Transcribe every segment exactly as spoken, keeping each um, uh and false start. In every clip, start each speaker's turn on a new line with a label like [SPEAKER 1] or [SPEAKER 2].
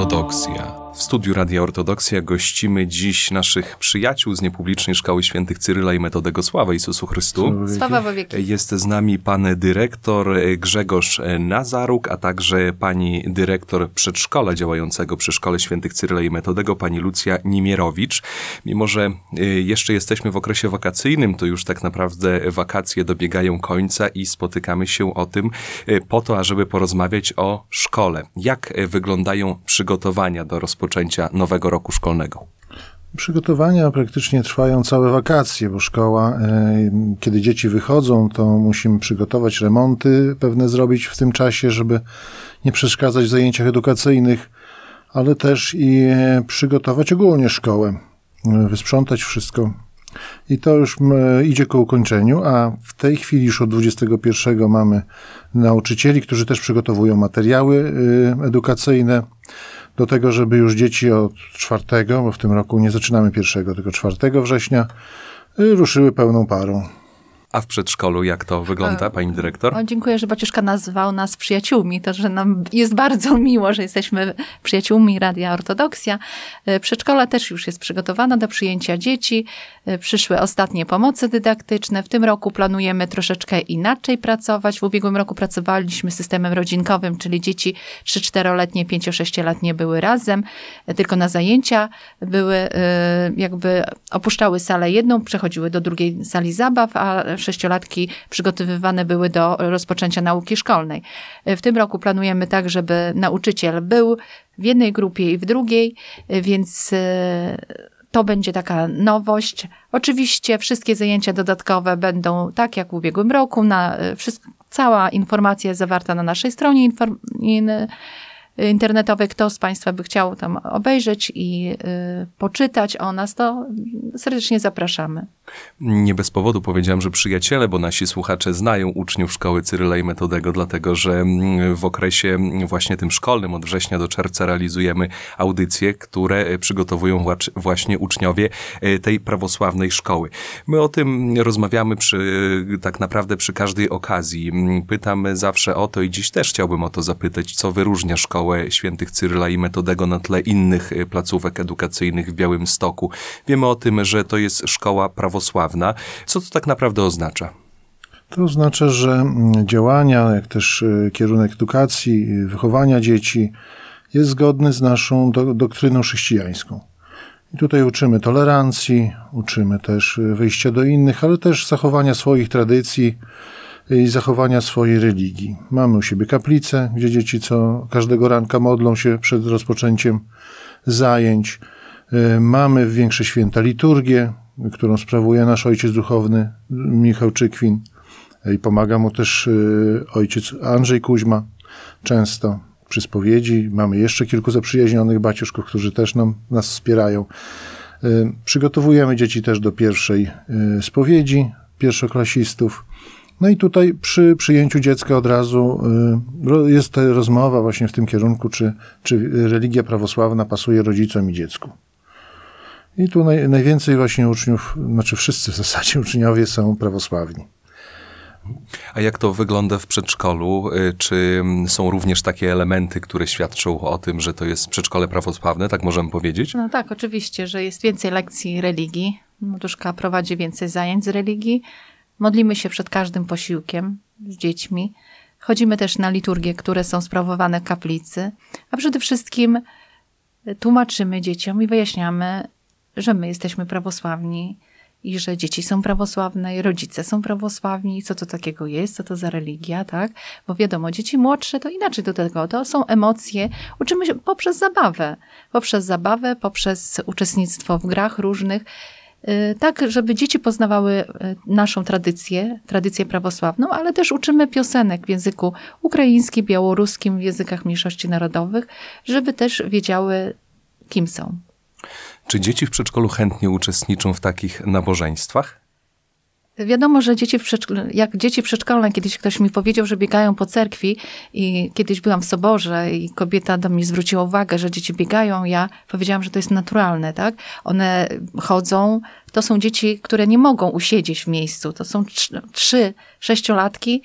[SPEAKER 1] Ortodoksja. W studiu Radia Ortodoksja gościmy dziś naszych przyjaciół z niepublicznej Szkoły Świętych Cyryla i Metodego. Sława Jezusu Chrystu.
[SPEAKER 2] Sława w wieki.
[SPEAKER 1] Jest z nami pan dyrektor Grzegorz Nazaruk, a także pani dyrektor przedszkola działającego przy Szkole Świętych Cyryla i Metodego, pani Lucja Nimierowicz. Mimo że jeszcze jesteśmy w okresie wakacyjnym, to już tak naprawdę wakacje dobiegają końca i spotykamy się o tym po to, ażeby porozmawiać o szkole. Jak wyglądają przygotowania do rozpoczęcia nowego roku szkolnego?
[SPEAKER 3] Przygotowania praktycznie trwają całe wakacje, bo szkoła, kiedy dzieci wychodzą, to musimy przygotować remonty pewne zrobić w tym czasie, żeby nie przeszkadzać w zajęciach edukacyjnych, ale też i przygotować ogólnie szkołę, wysprzątać wszystko. I to już idzie ku ukończeniu, a w tej chwili już od dwudziestego pierwszego mamy nauczycieli, którzy też przygotowują materiały edukacyjne do tego, żeby już dzieci od czwartego, bo w tym roku nie zaczynamy pierwszego, tylko czwartego września, ruszyły pełną parą.
[SPEAKER 1] A w przedszkolu jak to wygląda, pani dyrektor?
[SPEAKER 2] O, dziękuję, że baciuszka nazwał nas przyjaciółmi. To, że nam jest bardzo miło, że jesteśmy przyjaciółmi Radia Ortodoksja. Przedszkola też już jest przygotowana do przyjęcia dzieci. Przyszły ostatnie pomocy dydaktyczne. W tym roku planujemy troszeczkę inaczej pracować. W ubiegłym roku pracowaliśmy systemem rodzinkowym, czyli dzieci trzy-czteroletnie, pięcio-sześcioletnie były razem, tylko na zajęcia były, jakby opuszczały salę jedną, przechodziły do drugiej sali zabaw, a sześciolatki przygotowywane były do rozpoczęcia nauki szkolnej. W tym roku planujemy tak, żeby nauczyciel był w jednej grupie i w drugiej, więc to będzie taka nowość. Oczywiście wszystkie zajęcia dodatkowe będą tak jak w ubiegłym roku. Na, wszystko, cała informacja jest zawarta na naszej stronie inform, in, internetowej. Kto z Państwa by chciał tam obejrzeć i y, poczytać o nas, to serdecznie zapraszamy.
[SPEAKER 1] Nie bez powodu powiedziałem, że przyjaciele, bo nasi słuchacze znają uczniów Szkoły Cyryla i Metodego, dlatego że w okresie właśnie tym szkolnym od września do czerwca realizujemy audycje, które przygotowują właśnie uczniowie tej prawosławnej szkoły. My o tym rozmawiamy przy, tak naprawdę przy każdej okazji. Pytam zawsze o to i dziś też chciałbym o to zapytać, co wyróżnia Szkołę Świętych Cyryla i Metodego na tle innych placówek edukacyjnych w Białymstoku. Wiemy o tym, że to jest szkoła prawosławna. Co to tak naprawdę oznacza?
[SPEAKER 3] To oznacza, że działania, jak też kierunek edukacji, wychowania dzieci jest zgodny z naszą do, doktryną chrześcijańską. I tutaj uczymy tolerancji, uczymy też wyjścia do innych, ale też zachowania swoich tradycji i zachowania swojej religii. Mamy u siebie kaplicę, gdzie dzieci co każdego ranka modlą się przed rozpoczęciem zajęć. Mamy w większe święta liturgię, którą sprawuje nasz ojciec duchowny Michał Czykwin i pomaga mu też ojciec Andrzej Kuźma często przy spowiedzi. Mamy jeszcze kilku zaprzyjaźnionych baciuszków, którzy też nam, nas wspierają. Przygotowujemy dzieci też do pierwszej spowiedzi pierwszoklasistów. No i tutaj przy przyjęciu dziecka od razu jest rozmowa właśnie w tym kierunku, czy, czy religia prawosławna pasuje rodzicom i dziecku. I tu naj, najwięcej właśnie uczniów, znaczy wszyscy w zasadzie uczniowie są prawosławni.
[SPEAKER 1] A jak to wygląda w przedszkolu? Czy są również takie elementy, które świadczą o tym, że to jest przedszkole prawosławne, tak możemy powiedzieć?
[SPEAKER 2] No tak, oczywiście, że jest więcej lekcji religii. Matuszka prowadzi więcej zajęć z religii. Modlimy się przed każdym posiłkiem z dziećmi. Chodzimy też na liturgie, które są sprawowane w kaplicy. A przede wszystkim tłumaczymy dzieciom i wyjaśniamy, że my jesteśmy prawosławni i że dzieci są prawosławne i rodzice są prawosławni. Co to takiego jest? Co to za religia, tak? Bo wiadomo, dzieci młodsze to inaczej do tego. To są emocje. Uczymy się poprzez zabawę. Poprzez zabawę, poprzez uczestnictwo w grach różnych. Tak, żeby dzieci poznawały naszą tradycję, tradycję prawosławną, ale też uczymy piosenek w języku ukraińskim, białoruskim, w językach mniejszości narodowych, żeby też wiedziały, kim są.
[SPEAKER 1] Czy dzieci w przedszkolu chętnie uczestniczą w takich nabożeństwach?
[SPEAKER 2] Wiadomo, że dzieci w przedszkolu, jak dzieci przedszkolne, kiedyś ktoś mi powiedział, że biegają po cerkwi i kiedyś byłam w soborze i kobieta do mnie zwróciła uwagę, że dzieci biegają. Ja powiedziałam, że to jest naturalne, tak? One chodzą. To są dzieci, które nie mogą usiedzieć w miejscu. To są trzy, sześciolatki,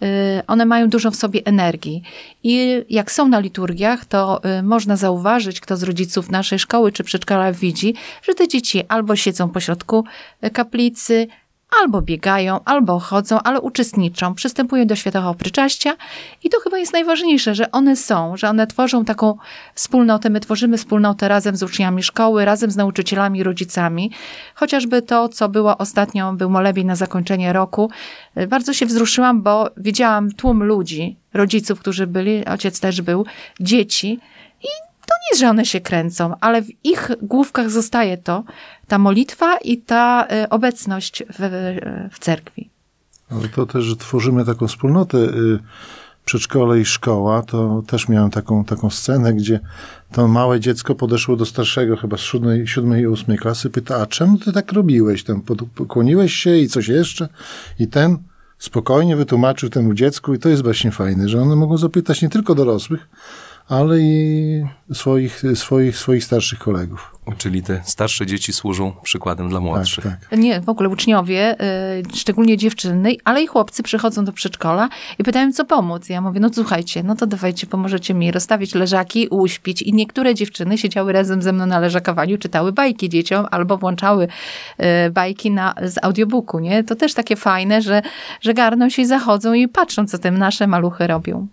[SPEAKER 2] one mają dużo w sobie energii. I jak są na liturgiach, to można zauważyć, kto z rodziców naszej szkoły czy przedszkola widzi, że te dzieci albo siedzą pośrodku kaplicy, albo biegają, albo chodzą, ale uczestniczą, przystępują do świętego pryczaścia i to chyba jest najważniejsze, że one są, że one tworzą taką wspólnotę, my tworzymy wspólnotę razem z uczniami szkoły, razem z nauczycielami, rodzicami. Chociażby to, co było ostatnio, był molebień na zakończenie roku. Bardzo się wzruszyłam, bo widziałam tłum ludzi, rodziców, którzy byli, ojciec też był, dzieci i to nie jest, że one się kręcą, ale w ich główkach zostaje to, ta modlitwa i ta y, obecność w, w cerkwi.
[SPEAKER 3] Ale to też, że tworzymy taką wspólnotę y, przedszkole i szkoła, to też miałem taką, taką scenę, gdzie to małe dziecko podeszło do starszego, chyba z siódmej, siódmej i ósmej klasy, pyta, a czemu ty tak robiłeś? Tam pokłoniłeś się i coś jeszcze? I ten spokojnie wytłumaczył temu dziecku i to jest właśnie fajne, że one mogą zapytać nie tylko dorosłych, ale i swoich, swoich, swoich starszych kolegów.
[SPEAKER 1] Czyli te starsze dzieci służą przykładem dla młodszych.
[SPEAKER 3] Tak, tak.
[SPEAKER 2] Nie, w ogóle uczniowie, y, szczególnie dziewczyny, ale i chłopcy przychodzą do przedszkola i pytają, co pomóc. Ja mówię, no słuchajcie, no to dawajcie, pomożecie mi rozstawić leżaki, uśpić. I niektóre dziewczyny siedziały razem ze mną na leżakowaniu, czytały bajki dzieciom albo włączały y, bajki na, z audiobooku, nie? To też takie fajne, że, że garną się i zachodzą i patrzą, co te nasze maluchy robią.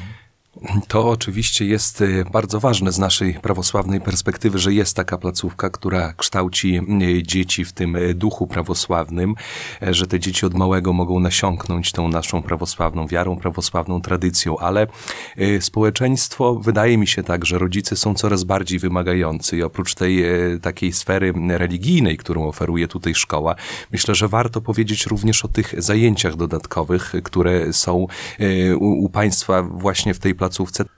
[SPEAKER 1] To oczywiście jest bardzo ważne z naszej prawosławnej perspektywy, że jest taka placówka, która kształci dzieci w tym duchu prawosławnym, że te dzieci od małego mogą nasiąknąć tą naszą prawosławną wiarą, prawosławną tradycją, ale społeczeństwo, wydaje mi się tak, że rodzice są coraz bardziej wymagający i oprócz tej takiej sfery religijnej, którą oferuje tutaj szkoła, myślę, że warto powiedzieć również o tych zajęciach dodatkowych, które są u, u państwa właśnie w tej placówce.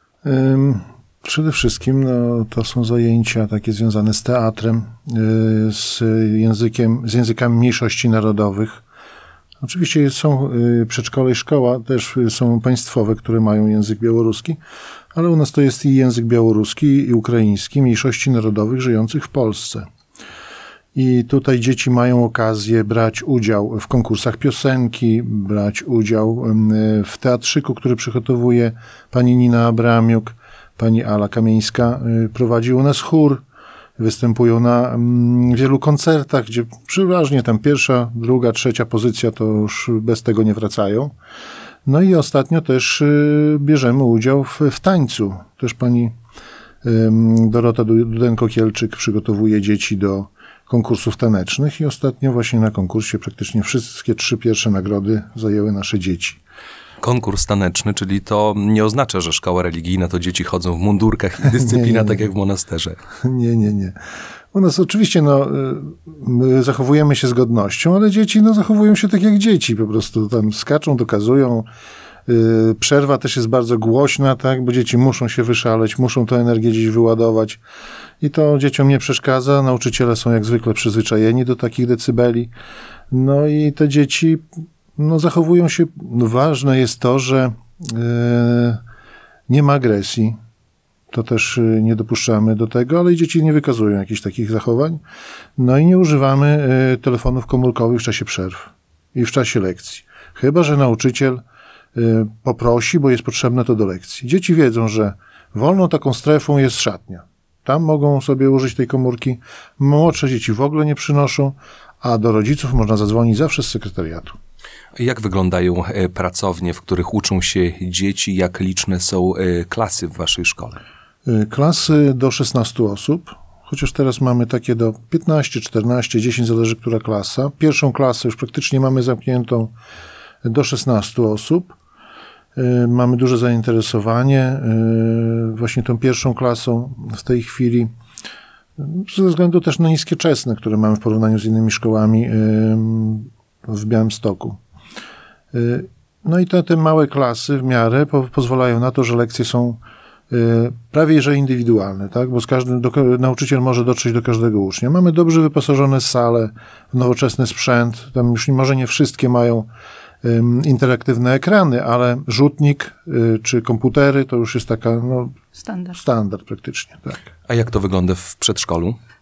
[SPEAKER 3] Przede wszystkim no, to są zajęcia takie związane z teatrem, z językiem, z językami mniejszości narodowych. Oczywiście są przedszkole i szkoła, też są państwowe, które mają język białoruski, ale u nas to jest i język białoruski i ukraiński mniejszości narodowych żyjących w Polsce. I tutaj dzieci mają okazję brać udział w konkursach piosenki, brać udział w teatrzyku, który przygotowuje pani Nina Abramiuk, pani Ala Kamieńska prowadzi u nas chór, występują na wielu koncertach, gdzie przeważnie tam pierwsza, druga, trzecia pozycja to już bez tego nie wracają. No i ostatnio też bierzemy udział w, w tańcu. Też pani Dorota Dudenko-Kielczyk przygotowuje dzieci do konkursów tanecznych i ostatnio właśnie na konkursie praktycznie wszystkie trzy pierwsze nagrody zajęły nasze dzieci.
[SPEAKER 1] Konkurs taneczny, czyli to nie oznacza, że szkoła religijna to dzieci chodzą w mundurkach i dyscyplina nie, nie, nie. tak jak w monasterze.
[SPEAKER 3] Nie, nie, nie. U nas oczywiście no, my zachowujemy się z godnością, ale dzieci no, zachowują się tak jak dzieci, po prostu tam skaczą, dokazują. Przerwa też jest bardzo głośna, tak, bo dzieci muszą się wyszaleć, muszą tę energię gdzieś wyładować i to dzieciom nie przeszkadza. Nauczyciele są jak zwykle przyzwyczajeni do takich decybeli. No i te dzieci no, zachowują się. Ważne jest to, że yy, nie ma agresji. To też nie dopuszczamy do tego, ale i dzieci nie wykazują jakichś takich zachowań. No i nie używamy yy, telefonów komórkowych w czasie przerw i w czasie lekcji. Chyba że nauczyciel poprosi, bo jest potrzebne to do lekcji. Dzieci wiedzą, że wolną taką strefą jest szatnia. Tam mogą sobie użyć tej komórki. Młodsze dzieci w ogóle nie przynoszą, a do rodziców można zadzwonić zawsze z sekretariatu.
[SPEAKER 1] Jak wyglądają pracownie, w których uczą się dzieci? Jak liczne są klasy w waszej szkole?
[SPEAKER 3] Klasy do szesnastu osób, chociaż teraz mamy takie do piętnaście, czternaście, dziesięć, zależy która klasa. Pierwszą klasę już praktycznie mamy zamkniętą do szesnastu osób. Mamy duże zainteresowanie właśnie tą pierwszą klasą w tej chwili, ze względu też na niskie czesne, które mamy w porównaniu z innymi szkołami w Białymstoku. No i te, te małe klasy w miarę po, pozwalają na to, że lekcje są prawie że indywidualne, tak? Bo z każdym, do, nauczyciel może dotrzeć do każdego ucznia. Mamy dobrze wyposażone sale, nowoczesny sprzęt, tam już może nie wszystkie mają interaktywne ekrany, ale rzutnik czy komputery to już jest taka no,
[SPEAKER 2] standard.
[SPEAKER 3] standard praktycznie. Tak.
[SPEAKER 1] A jak to wygląda w przedszkolu?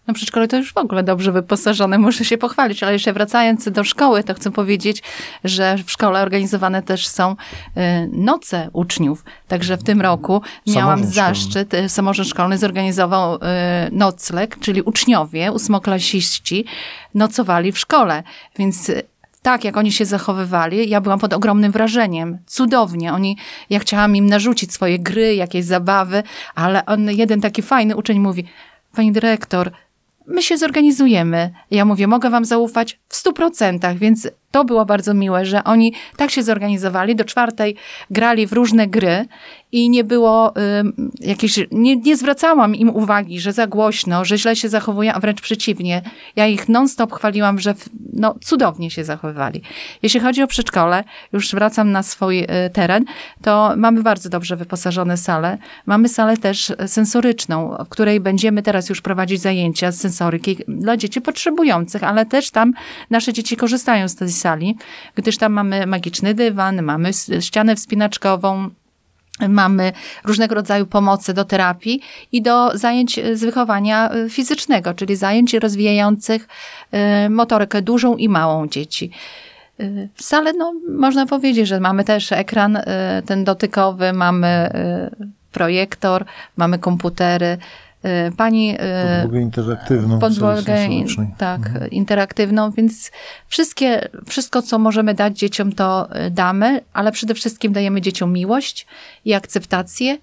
[SPEAKER 2] No przedszkole to już w ogóle dobrze wyposażone, muszę się pochwalić, ale jeszcze wracając do szkoły, to chcę powiedzieć, że w szkole organizowane też są y, noce uczniów. Także w tym roku miałam
[SPEAKER 3] Samorząd
[SPEAKER 2] zaszczyt, szkolny. Samorząd szkolny zorganizował y, nocleg, czyli uczniowie, ósmoklasiści nocowali w szkole, więc tak, jak oni się zachowywali, ja byłam pod ogromnym wrażeniem. Cudownie. Oni, ja chciałam im narzucić swoje gry, jakieś zabawy, ale on, jeden taki fajny uczeń mówi: pani dyrektor, my się zorganizujemy. Ja mówię, mogę wam zaufać w stu procentach, więc to było bardzo miłe, że oni tak się zorganizowali, do czwartej grali w różne gry i nie było y, jakieś, nie, nie zwracałam im uwagi, że za głośno, że źle się zachowują, a wręcz przeciwnie. Ja ich non-stop chwaliłam, że no, cudownie się zachowywali. Jeśli chodzi o przedszkole, już wracam na swój y, teren, to mamy bardzo dobrze wyposażone sale. Mamy salę też sensoryczną, w której będziemy teraz już prowadzić zajęcia z sensoryki dla dzieci potrzebujących, ale też tam nasze dzieci korzystają z tej sali, gdyż tam mamy magiczny dywan, mamy ścianę wspinaczkową, mamy różnego rodzaju pomocy do terapii i do zajęć z wychowania fizycznego, czyli zajęć rozwijających motorykę dużą i małą dzieci. Salę, no, można powiedzieć, że mamy też ekran ten dotykowy, mamy projektor, mamy komputery. Pani
[SPEAKER 3] podłogę interaktywną,
[SPEAKER 2] podłogę tak, mhm. interaktywną, więc wszystkie, wszystko, co możemy dać dzieciom, to damy, ale przede wszystkim dajemy dzieciom miłość i akceptację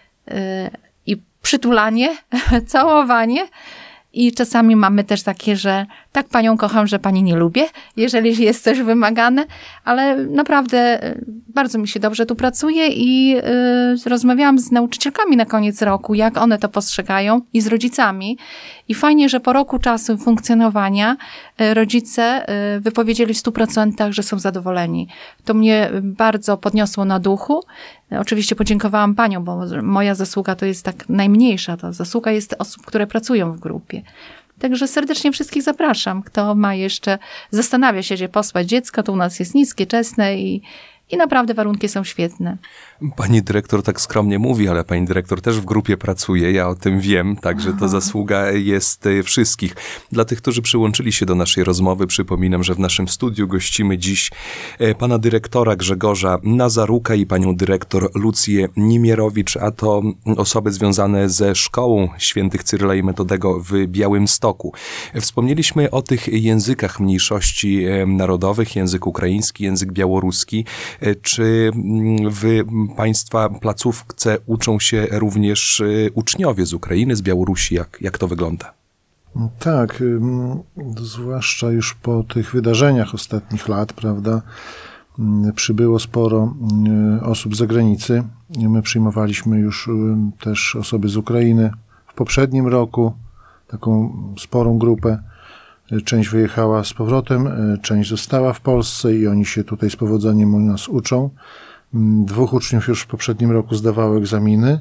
[SPEAKER 2] i przytulanie, całowanie. I czasami mamy też takie, że tak panią kocham, że pani nie lubię, jeżeli jest coś wymagane, ale naprawdę bardzo mi się dobrze tu pracuje i y, rozmawiałam z nauczycielkami na koniec roku, jak one to postrzegają i z rodzicami. I fajnie, że po roku czasu funkcjonowania y, rodzice y, wypowiedzieli w stu procentach, że są zadowoleni. To mnie bardzo podniosło na duchu. Oczywiście podziękowałam paniom, bo moja zasługa to jest tak najmniejsza. To zasługa jest osób, które pracują w grupie. Także serdecznie wszystkich zapraszam. Kto ma jeszcze, zastanawia się, gdzie posłać dziecko, to u nas jest niskie, czesne i, i naprawdę warunki są świetne.
[SPEAKER 1] Pani dyrektor tak skromnie mówi, ale pani dyrektor też w grupie pracuje, ja o tym wiem, także to zasługa jest wszystkich. Dla tych, którzy przyłączyli się do naszej rozmowy, przypominam, że w naszym studiu gościmy dziś pana dyrektora Grzegorza Nazaruka i panią dyrektor Lucję Nimierowicz, a to osoby związane ze Szkołą Świętych Cyryla i Metodego w Białymstoku. Wspomnieliśmy o tych językach mniejszości narodowych, język ukraiński, język białoruski. Czy w państwa placówce uczą się również uczniowie z Ukrainy, z Białorusi? Jak, jak to wygląda?
[SPEAKER 3] Tak, zwłaszcza już po tych wydarzeniach ostatnich lat, prawda, przybyło sporo osób z zagranicy. My przyjmowaliśmy już też osoby z Ukrainy w poprzednim roku, taką sporą grupę. Część wyjechała z powrotem, część została w Polsce i oni się tutaj z powodzeniem u nas uczą. Dwóch uczniów już w poprzednim roku zdawało egzaminy,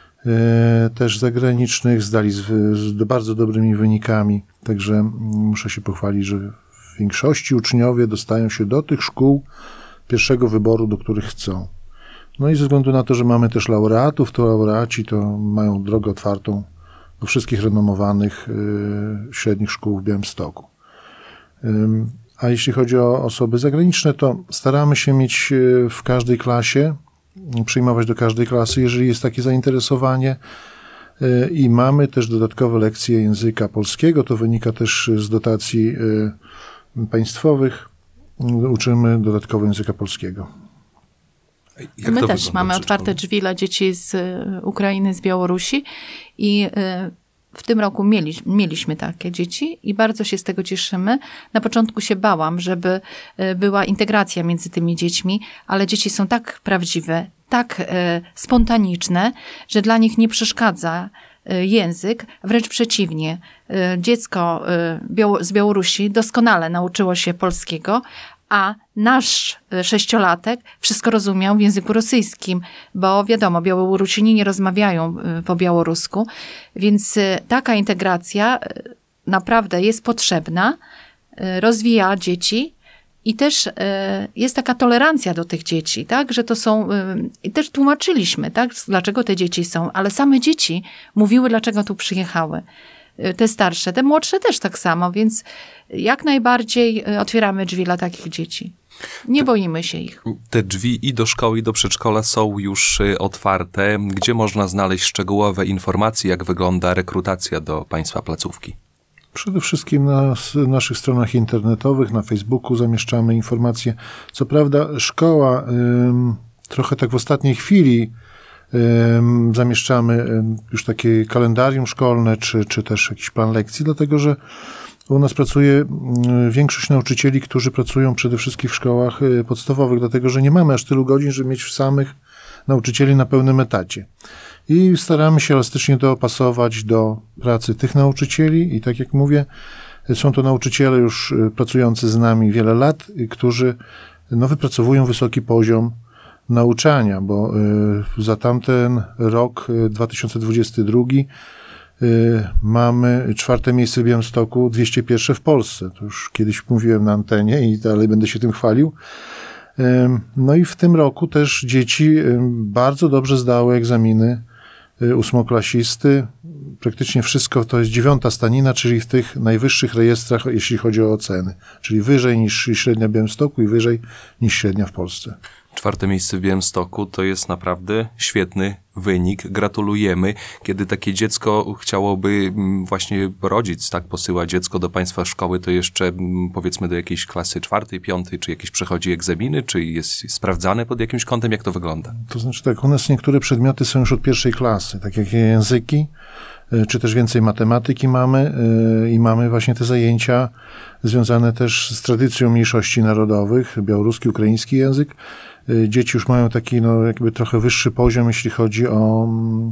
[SPEAKER 3] też zagranicznych, zdali z, z bardzo dobrymi wynikami. Także muszę się pochwalić, że w większości uczniowie dostają się do tych szkół pierwszego wyboru, do których chcą. No i ze względu na to, że mamy też laureatów, to laureaci to mają drogę otwartą do wszystkich renomowanych średnich szkół w Białymstoku. A jeśli chodzi o osoby zagraniczne, to staramy się mieć w każdej klasie, przyjmować do każdej klasy, jeżeli jest takie zainteresowanie. I mamy też dodatkowe lekcje języka polskiego. To wynika też z dotacji państwowych. Uczymy dodatkowo języka polskiego.
[SPEAKER 1] Jak
[SPEAKER 2] My też mamy otwarte drzwi dla dzieci z Ukrainy, z Białorusi i w tym roku mieli, mieliśmy takie dzieci i bardzo się z tego cieszymy. Na początku się bałam, żeby była integracja między tymi dziećmi, ale dzieci są tak prawdziwe, tak spontaniczne, że dla nich nie przeszkadza język, wręcz przeciwnie. Dziecko z Białorusi doskonale nauczyło się polskiego, a nasz sześciolatek wszystko rozumiał w języku rosyjskim, bo wiadomo, Białorusini nie rozmawiają po białorusku, więc taka integracja naprawdę jest potrzebna, rozwija dzieci i też jest taka tolerancja do tych dzieci, tak, że to są, i też tłumaczyliśmy, tak, dlaczego te dzieci są, ale same dzieci mówiły, dlaczego tu przyjechały. te starsze, te młodsze też tak samo, więc jak najbardziej otwieramy drzwi dla takich dzieci. Nie boimy się ich.
[SPEAKER 1] Te drzwi i do szkoły, i do przedszkola są już otwarte. Gdzie można znaleźć szczegółowe informacje, jak wygląda rekrutacja do państwa placówki?
[SPEAKER 3] Przede wszystkim na naszych stronach internetowych, na Facebooku zamieszczamy informacje. Co prawda szkoła ym, trochę tak w ostatniej chwili ym, zamieszczamy ym, już takie kalendarium szkolne, czy, czy też jakiś plan lekcji, dlatego że u nas pracuje większość nauczycieli, którzy pracują przede wszystkim w szkołach podstawowych, dlatego że nie mamy aż tylu godzin, żeby mieć samych nauczycieli na pełnym etacie. I staramy się elastycznie dopasować do pracy tych nauczycieli i tak jak mówię, są to nauczyciele już pracujący z nami wiele lat, którzy no, wypracowują wysoki poziom nauczania, bo za tamten rok dwa tysiące dwudziesty drugi mamy czwarte miejsce w Białymstoku, dwieście pierwsze w Polsce. To już kiedyś mówiłem na antenie i dalej będę się tym chwalił. No i w tym roku też dzieci bardzo dobrze zdały egzaminy ósmoklasisty. Praktycznie wszystko to jest dziewiąta stanina, czyli w tych najwyższych rejestrach, jeśli chodzi o oceny. Czyli wyżej niż średnia w Białymstoku i wyżej niż średnia w Polsce.
[SPEAKER 1] Czwarte miejsce w Białymstoku to jest naprawdę świetny wynik. Gratulujemy. Kiedy takie dziecko chciałoby właśnie rodzic, tak, posyła dziecko do państwa szkoły, to jeszcze powiedzmy do jakiejś klasy czwartej, piątej, czy jakieś przechodzi egzaminy, czy jest sprawdzane pod jakimś kątem, jak to wygląda?
[SPEAKER 3] To znaczy tak, u nas niektóre przedmioty są już od pierwszej klasy, tak jak języki, czy też więcej matematyki mamy i mamy właśnie te zajęcia związane też z tradycją mniejszości narodowych, białoruski, ukraiński język. Dzieci już mają taki no, jakby trochę wyższy poziom, jeśli chodzi o,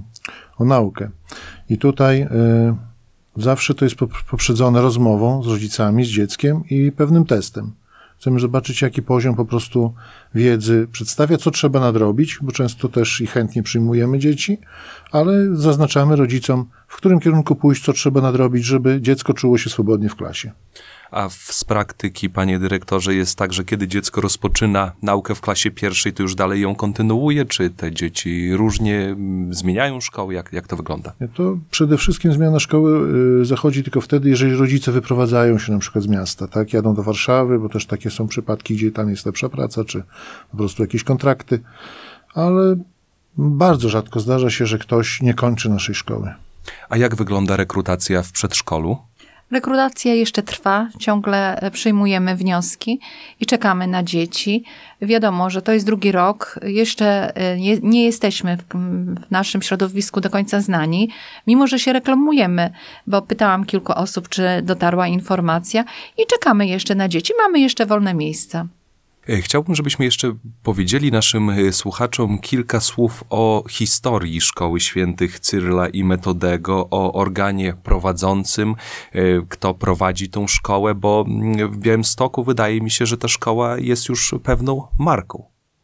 [SPEAKER 3] o naukę. I tutaj y, zawsze to jest poprzedzone rozmową z rodzicami, z dzieckiem i pewnym testem. Chcemy zobaczyć, jaki poziom po prostu wiedzy przedstawia, co trzeba nadrobić, bo często też i chętnie przyjmujemy dzieci, ale zaznaczamy rodzicom, w którym kierunku pójść, co trzeba nadrobić, żeby dziecko czuło się swobodnie w klasie.
[SPEAKER 1] A z praktyki, panie dyrektorze, jest tak, że kiedy dziecko rozpoczyna naukę w klasie pierwszej, to już dalej ją kontynuuje? Czy te dzieci różnie zmieniają szkoły? Jak, jak to wygląda?
[SPEAKER 3] To przede wszystkim zmiana szkoły zachodzi tylko wtedy, jeżeli rodzice wyprowadzają się na przykład z miasta, tak? Jadą do Warszawy, bo też takie są przypadki, gdzie tam jest lepsza praca, czy po prostu jakieś kontrakty, ale bardzo rzadko zdarza się, że ktoś nie kończy naszej szkoły.
[SPEAKER 1] A jak wygląda rekrutacja w przedszkolu?
[SPEAKER 2] Rekrutacja jeszcze trwa, ciągle przyjmujemy wnioski i czekamy na dzieci. Wiadomo, że to jest drugi rok, jeszcze nie, nie jesteśmy w, w naszym środowisku do końca znani, mimo że się reklamujemy, bo pytałam kilku osób, czy dotarła informacja i czekamy jeszcze na dzieci, mamy jeszcze wolne miejsca.
[SPEAKER 1] Chciałbym, żebyśmy jeszcze powiedzieli naszym słuchaczom kilka słów o historii Szkoły Świętych Cyryla i Metodego, o organie prowadzącym, kto prowadzi tą szkołę, bo w Białymstoku wydaje mi się, że ta szkoła jest już pewną marką.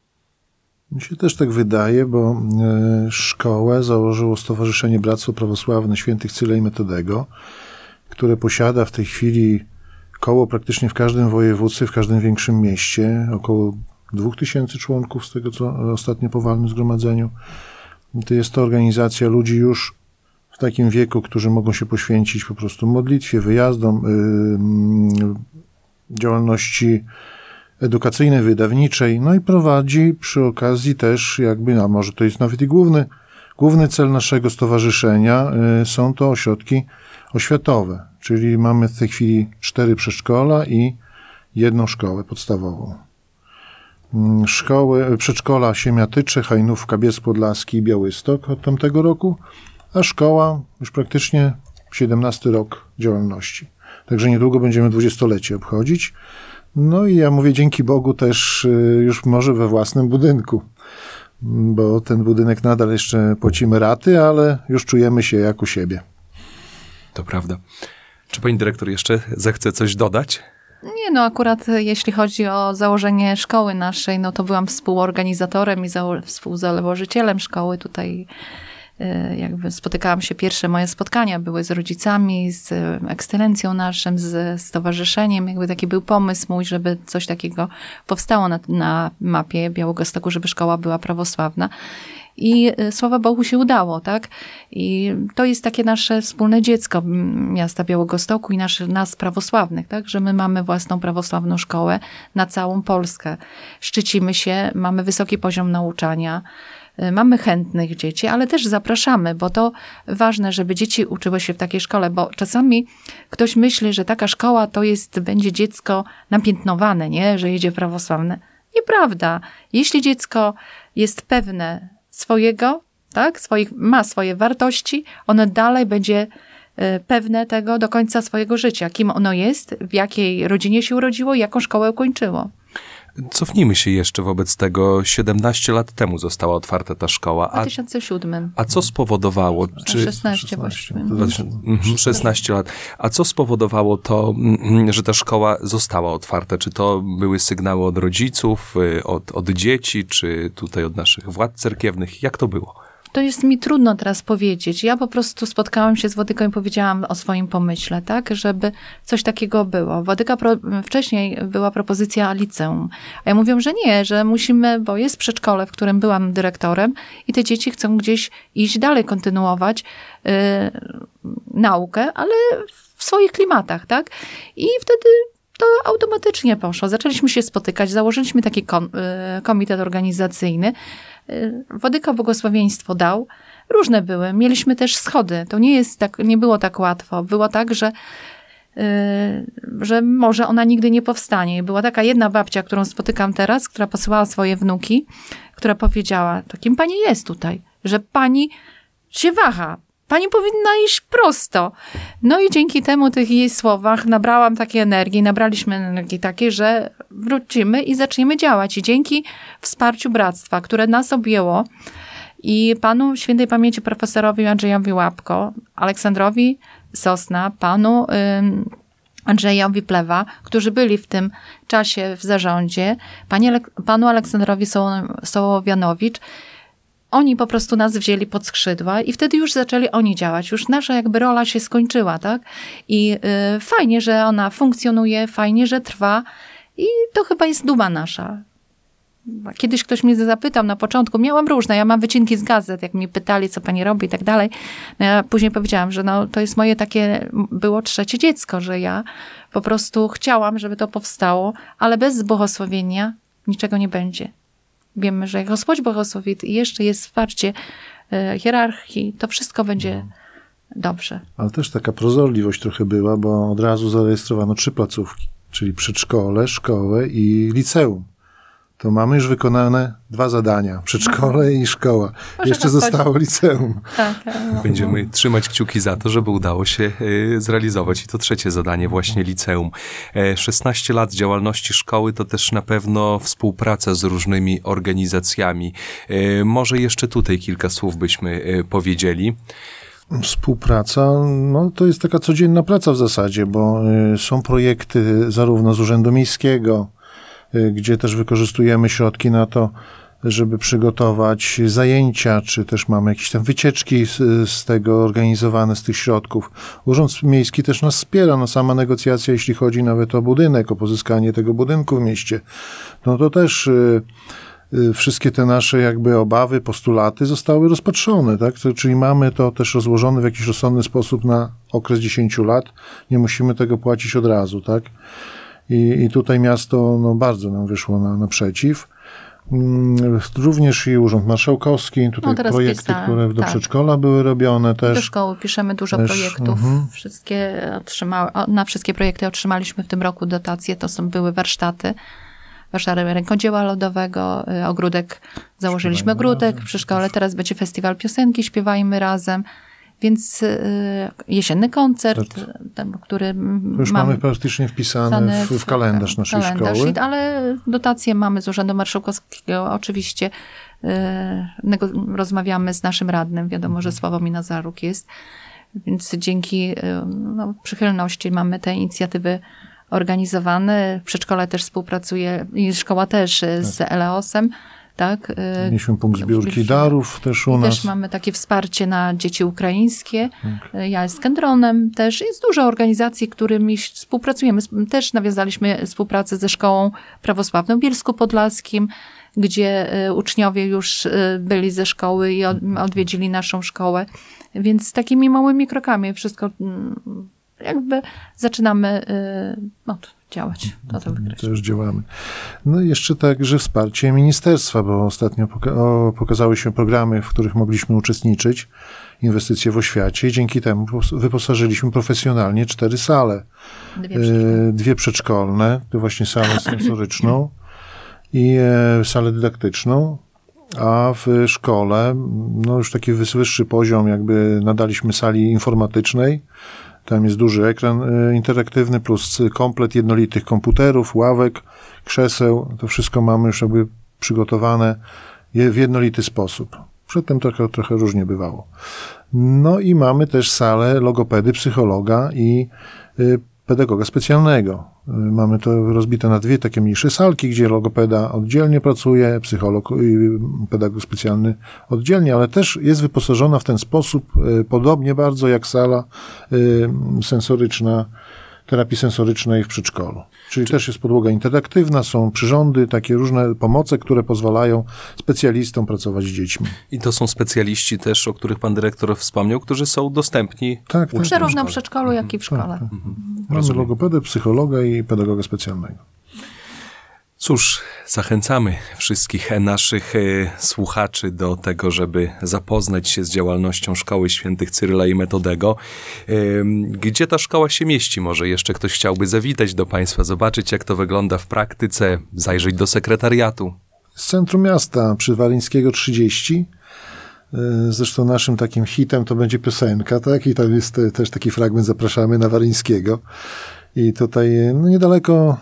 [SPEAKER 3] Mi się też tak wydaje, bo szkołę założyło Stowarzyszenie Bractwo Prawosławne Świętych Cyryla i Metodego, które posiada w tej chwili koło praktycznie w każdym województwie, w każdym większym mieście, około dwóch tysięcy członków z tego, co ostatnio po walnym zgromadzeniu. To jest to organizacja ludzi już w takim wieku, którzy mogą się poświęcić po prostu modlitwie, wyjazdom, yy, działalności edukacyjnej, wydawniczej, no i prowadzi przy okazji też jakby, a może to jest nawet i główny, główny cel naszego stowarzyszenia, yy, są to ośrodki oświatowe, czyli mamy w tej chwili cztery przedszkola i jedną szkołę podstawową. Szkoły, przedszkola Siemiatycze, Hajnówka, Bielsk Podlaski i Białystok od tamtego roku, a szkoła już praktycznie siedemnasty rok działalności. Także niedługo będziemy dwudziestolecie obchodzić. No i ja mówię dzięki Bogu też już może we własnym budynku, bo ten budynek nadal jeszcze płacimy raty, ale już czujemy się jak u siebie.
[SPEAKER 1] To prawda. Czy pani dyrektor jeszcze zechce coś dodać?
[SPEAKER 2] Nie, no akurat jeśli chodzi o założenie szkoły naszej, no to byłam współorganizatorem i zało- współzałożycielem szkoły. Tutaj y, jakby spotykałam się, pierwsze moje spotkania były z rodzicami, z ekscelencją naszym, z stowarzyszeniem. Jakby taki był pomysł mój, żeby coś takiego powstało na, na mapie Białegostoku, żeby szkoła była prawosławna. i sława Bogu się udało, tak? I to jest takie nasze wspólne dziecko miasta Białegostoku i nasz, nas prawosławnych, tak? Że my mamy własną prawosławną szkołę na całą Polskę. Szczycimy się, mamy wysoki poziom nauczania, mamy chętnych dzieci, ale też zapraszamy, bo to ważne, żeby dzieci uczyły się w takiej szkole, bo czasami ktoś myśli, że taka szkoła to jest, będzie dziecko napiętnowane, nie? Że jedzie prawosławne. Nieprawda. Jeśli dziecko jest pewne swojego, tak, swoich, ma swoje wartości, ono dalej będzie pewne tego do końca swojego życia. Kim ono jest, w jakiej rodzinie się urodziło, jaką szkołę ukończyło.
[SPEAKER 1] Cofnijmy się jeszcze wobec tego. siedemnaście lat temu została otwarta ta szkoła.
[SPEAKER 2] W dwa tysiące siódmym.
[SPEAKER 1] A co spowodowało? Czy
[SPEAKER 2] szesnaście właściwie.
[SPEAKER 1] Mhm, szesnaście lat. A co spowodowało to, że ta szkoła została otwarta? Czy to były sygnały od rodziców, od, od dzieci, czy tutaj od naszych władz cerkiewnych? Jak to było?
[SPEAKER 2] To jest mi trudno teraz powiedzieć. Ja po prostu spotkałam się z Wodyką i powiedziałam o swoim pomyśle, tak, żeby coś takiego było. Wodyka pro, wcześniej była propozycja liceum. A ja mówię, że nie, że musimy, bo jest przedszkole, w którym byłam dyrektorem i te dzieci chcą gdzieś iść dalej, kontynuować yy, naukę, ale w swoich klimatach, tak. I wtedy to automatycznie poszło. Zaczęliśmy się spotykać, założyliśmy taki kom, yy, komitet organizacyjny. Wodyka błogosławieństwo dał. Różne były. Mieliśmy też schody. To nie jest tak, nie było tak łatwo. Było tak, że, yy, że może ona nigdy nie powstanie. Była taka jedna babcia, którą spotykam teraz, która posyłała swoje wnuki, która powiedziała, to kim pani jest tutaj? Że pani się waha. Pani powinna iść prosto. No i dzięki temu, tych jej słowach nabrałam takiej energii, nabraliśmy energii takiej, że wrócimy i zaczniemy działać. I dzięki wsparciu bractwa, które nas objęło i panu świętej pamięci profesorowi Andrzejowi Łapko, Aleksandrowi Sosna, panu ym, Andrzejowi Plewa, którzy byli w tym czasie w zarządzie, pani, panu Aleksandrowi Sołowianowicz, oni po prostu nas wzięli pod skrzydła i wtedy już zaczęli oni działać. Już nasza jakby rola się skończyła, tak? I y, fajnie, że ona funkcjonuje, fajnie, że trwa i to chyba jest duma nasza. Kiedyś ktoś mnie zapytał na początku, miałam różne, ja mam wycinki z gazet, jak mnie pytali, co pani robi i tak dalej. No ja później powiedziałam, że no, to jest moje takie, było trzecie dziecko, że ja po prostu chciałam, żeby to powstało, ale bez błogosławienia niczego nie będzie. Wiemy, że jak Gospodź błogosławi i jeszcze jest wsparcie y, hierarchii, to wszystko będzie no. dobrze.
[SPEAKER 3] Ale też taka prozorliwość trochę była, bo od razu zarejestrowano trzy placówki, czyli przedszkole, szkołę i liceum. To mamy już wykonane dwa zadania. Przedszkole i szkoła. Może Jeszcze zostało liceum.
[SPEAKER 2] Tak, no.
[SPEAKER 1] Będziemy trzymać kciuki za to, żeby udało się y, zrealizować i to trzecie zadanie, właśnie liceum. E, szesnaście lat działalności szkoły to też na pewno współpraca z różnymi organizacjami. E, może jeszcze tutaj kilka słów byśmy y, powiedzieli.
[SPEAKER 3] Współpraca, no to jest taka codzienna praca w zasadzie, bo y, są projekty zarówno z Urzędu Miejskiego, gdzie też wykorzystujemy środki na to, żeby przygotować zajęcia, czy też mamy jakieś tam wycieczki z, z tego organizowane, z tych środków. Urząd Miejski też nas wspiera, no sama negocjacja, jeśli chodzi nawet o budynek, o pozyskanie tego budynku w mieście, no to też y, y, wszystkie te nasze jakby obawy, postulaty zostały rozpatrzone, tak? To, czyli mamy to też rozłożone w jakiś rozsądny sposób na okres dziesięciu lat, nie musimy tego płacić od razu, tak? I, I tutaj miasto no, bardzo nam wyszło na, naprzeciw. Również i Urząd Marszałkowski, tutaj no projekty, pisa, które do tak. przedszkola były robione też.
[SPEAKER 2] Do szkoły piszemy dużo
[SPEAKER 3] też,
[SPEAKER 2] projektów. Uh-huh. Wszystkie otrzyma, na wszystkie projekty otrzymaliśmy w tym roku dotacje. To są były warsztaty. Warsztaty rękodzieła lodowego, ogródek. Założyliśmy Śpiewajmy ogródek razem. Przy szkole. Teraz będzie festiwal piosenki Śpiewajmy razem. Więc y, jesienny koncert, ten, który
[SPEAKER 3] to już mam mamy praktycznie wpisane w, w kalendarz naszej kalendarz, szkoły.
[SPEAKER 2] Ale dotacje mamy z Urzędu Marszałkowskiego. Oczywiście y, nego, rozmawiamy z naszym radnym. Wiadomo, że Sławomir Nazaruk jest. Więc dzięki y, no, przychylności mamy te inicjatywy organizowane. Przedszkole też współpracuje i szkoła też tak. z Eleosem. Tak?
[SPEAKER 3] Mieliśmy punkt zbiórki darów też u nas.
[SPEAKER 2] Też mamy takie wsparcie na dzieci ukraińskie. Tak. Ja z Kendronem też. Jest dużo organizacji, którymi współpracujemy. Też nawiązaliśmy współpracę ze Szkołą Prawosławną w Bielsku Podlaskim, gdzie uczniowie już byli ze szkoły i odwiedzili naszą szkołę. Więc takimi małymi krokami wszystko jakby zaczynamy no, działać. To to
[SPEAKER 3] Też działamy. No i jeszcze także wsparcie ministerstwa, bo ostatnio poka- o, pokazały się programy, w których mogliśmy uczestniczyć, inwestycje w oświacie i dzięki temu wyposażyliśmy profesjonalnie cztery sale. Dwie przedszkolne, Dwie przedszkolne to właśnie salę sensoryczną i e, salę dydaktyczną, a w szkole no już taki wyższy poziom jakby nadaliśmy sali informatycznej. Tam jest duży ekran interaktywny plus komplet jednolitych komputerów, ławek, krzeseł. To wszystko mamy już jakby przygotowane w jednolity sposób. Przedtem trochę, trochę różnie bywało. No i mamy też salę logopedy, psychologa i pedagoga specjalnego. Mamy to rozbite na dwie takie mniejsze salki, gdzie logopeda oddzielnie pracuje, psycholog i pedagog specjalny oddzielnie, ale też jest wyposażona w ten sposób, podobnie bardzo jak sala sensoryczna, terapii sensorycznej w przedszkolu. Czyli Czy... też jest podłoga interaktywna, są przyrządy, takie różne pomoce, które pozwalają specjalistom pracować z dziećmi.
[SPEAKER 1] I to są specjaliści też, o których pan dyrektor wspomniał, którzy są dostępni
[SPEAKER 3] tak, tak,
[SPEAKER 2] zarówno w przedszkolu, jak i w szkole.
[SPEAKER 3] Tak, tak. Mamy logopedę, psychologa i pedagoga specjalnego.
[SPEAKER 1] Cóż, zachęcamy wszystkich naszych słuchaczy do tego, żeby zapoznać się z działalnością Szkoły Świętych Cyryla i Metodego. Gdzie ta szkoła się mieści? Może jeszcze ktoś chciałby zawitać do państwa, zobaczyć jak to wygląda w praktyce, zajrzeć do sekretariatu.
[SPEAKER 3] Z centrum miasta przy Waryńskiego trzydzieści. Zresztą naszym takim hitem to będzie piosenka, tak? I tam jest też taki fragment, zapraszamy na Waryńskiego. I tutaj no niedaleko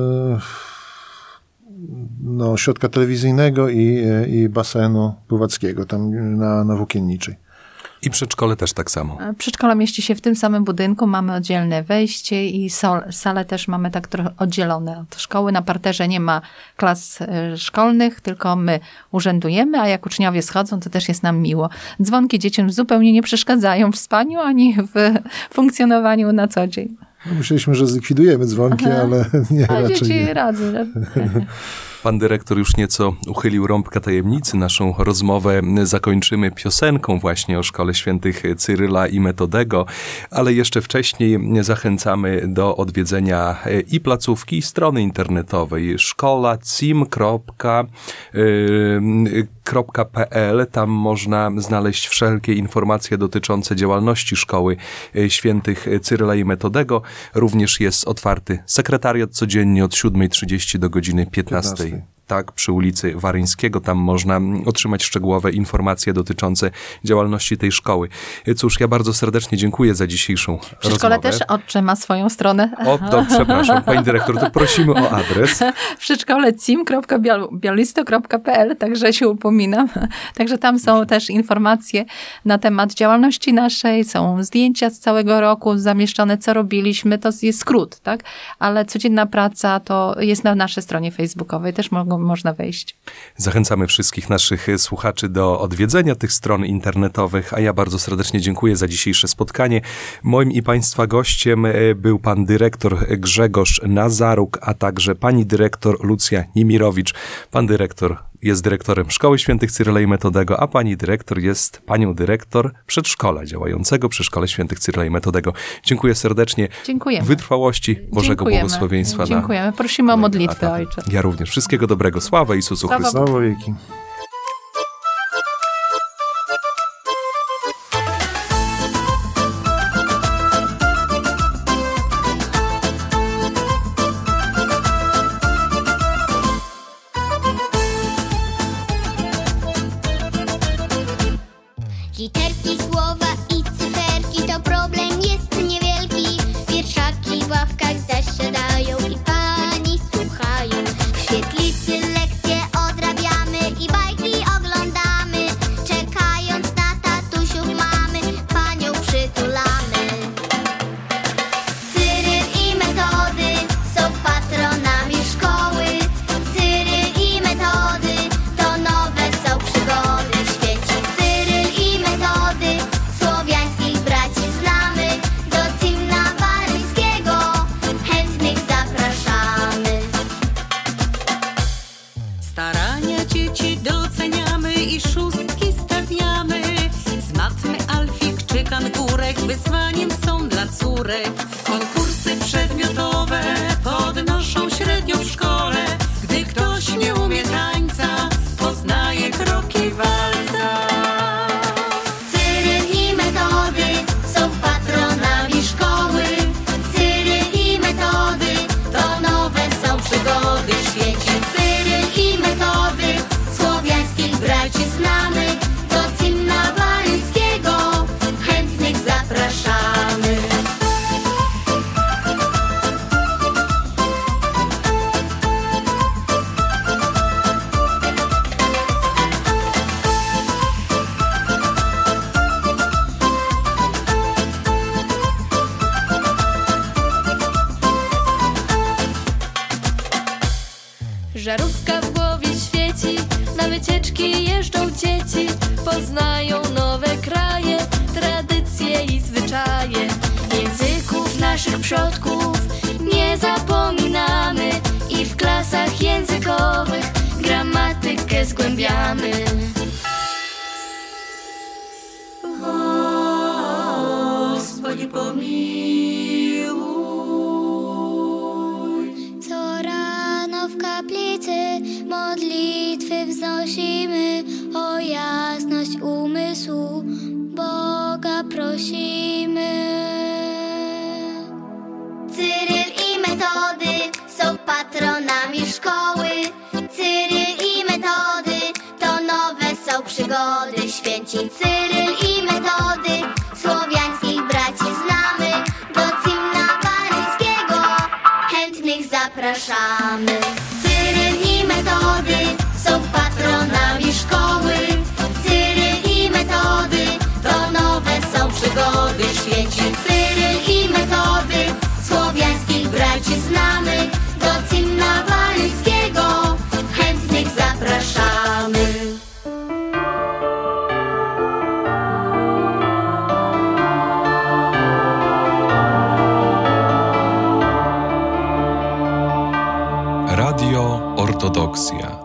[SPEAKER 3] no, ośrodka telewizyjnego i, i basenu pływackiego, tam na, na Włókienniczej.
[SPEAKER 1] I przedszkole też tak samo.
[SPEAKER 2] Przedszkole mieści się w tym samym budynku, mamy oddzielne wejście i sol, salę też mamy tak trochę oddzielone od szkoły. Na parterze nie ma klas szkolnych, tylko my urzędujemy, a jak uczniowie schodzą, to też jest nam miło. Dzwonki dzieciom zupełnie nie przeszkadzają w spaniu, ani w funkcjonowaniu na co dzień.
[SPEAKER 3] No, myśleliśmy, że zlikwidujemy dzwonki, Aha. ale nie,
[SPEAKER 2] a
[SPEAKER 3] raczej
[SPEAKER 2] dzieci
[SPEAKER 3] nie.
[SPEAKER 2] radzą.
[SPEAKER 1] Pan dyrektor już nieco uchylił rąbka tajemnicy. Naszą rozmowę zakończymy piosenką właśnie o Szkole Świętych Cyryla i Metodego, ale jeszcze wcześniej zachęcamy do odwiedzenia i placówki, i strony internetowej szkoła cim kropka p l. Tam można znaleźć wszelkie informacje dotyczące działalności Szkoły Świętych Cyryla i Metodego. Również jest otwarty sekretariat codziennie od siódmej trzydzieści do godziny piętnastej. Tak, przy ulicy Waryńskiego. Tam można otrzymać szczegółowe informacje dotyczące działalności tej szkoły. Cóż, ja bardzo serdecznie dziękuję za dzisiejszą rozmowę.
[SPEAKER 2] W przedszkole też Otcze ma swoją stronę.
[SPEAKER 1] O, to przepraszam, pani dyrektor, to prosimy o adres.
[SPEAKER 2] W przedszkole cim kropka bialisto kropka p l, także się upominam. Także tam są też informacje na temat działalności naszej, są zdjęcia z całego roku zamieszczone, co robiliśmy, to jest skrót, tak? Ale codzienna praca to jest na naszej stronie facebookowej, też mogą można wejść.
[SPEAKER 1] Zachęcamy wszystkich naszych słuchaczy do odwiedzenia tych stron internetowych, a ja bardzo serdecznie dziękuję za dzisiejsze spotkanie. Moim i państwa gościem był pan dyrektor Grzegorz Nazaruk, a także pani dyrektor Lucja Niemirowicz. Pan dyrektor jest dyrektorem Szkoły Świętych Cyryla i Metodego, a pani dyrektor jest panią dyrektor przedszkola działającego przy Szkole Świętych Cyryla i Metodego. Dziękuję serdecznie.
[SPEAKER 2] Dziękujemy.
[SPEAKER 1] Wytrwałości, Bożego
[SPEAKER 2] Dziękujemy.
[SPEAKER 1] błogosławieństwa.
[SPEAKER 2] Dziękujemy. Prosimy o modlitwę, Ojcze.
[SPEAKER 1] Ja również. Wszystkiego dobrego. Sława Jezusu
[SPEAKER 2] Sława
[SPEAKER 1] Chrystusowi.
[SPEAKER 3] Sława wieki.
[SPEAKER 4] Literki, słowa i cyferki to problem jest niewielki. Wierszaki w ławkach zasiadają i pani słuchają. W świetlicy lekcje odrabiamy i bajki
[SPEAKER 5] Żarówka w głowie świeci, na wycieczki jeżdżą dzieci, poznają nowe kraje, tradycje i zwyczaje. Języków naszych przodków nie zapominamy i w klasach językowych gramatykę zgłębiamy. Gospodzie pomiłuj.
[SPEAKER 4] Co rano w kaplicy modlitwy wznosimy, o jasność umysłu Boga prosimy. Cyryl i Metody są patronami szkoły. Cyryl i Metody to nowe są przygody. Święci Cyryl i Metody, słowiańskich braci znamy. Do Cimna Paryskiego chętnych zapraszamy. Cyryl i Metody są patronami szkoły. Cyryl i Metody to nowe są przygody. Święci Cyryl i Metody, słowiańskich braci znamy. Do Cimna Paryskiego chętnych zapraszamy.
[SPEAKER 1] Radio Ortodoksja.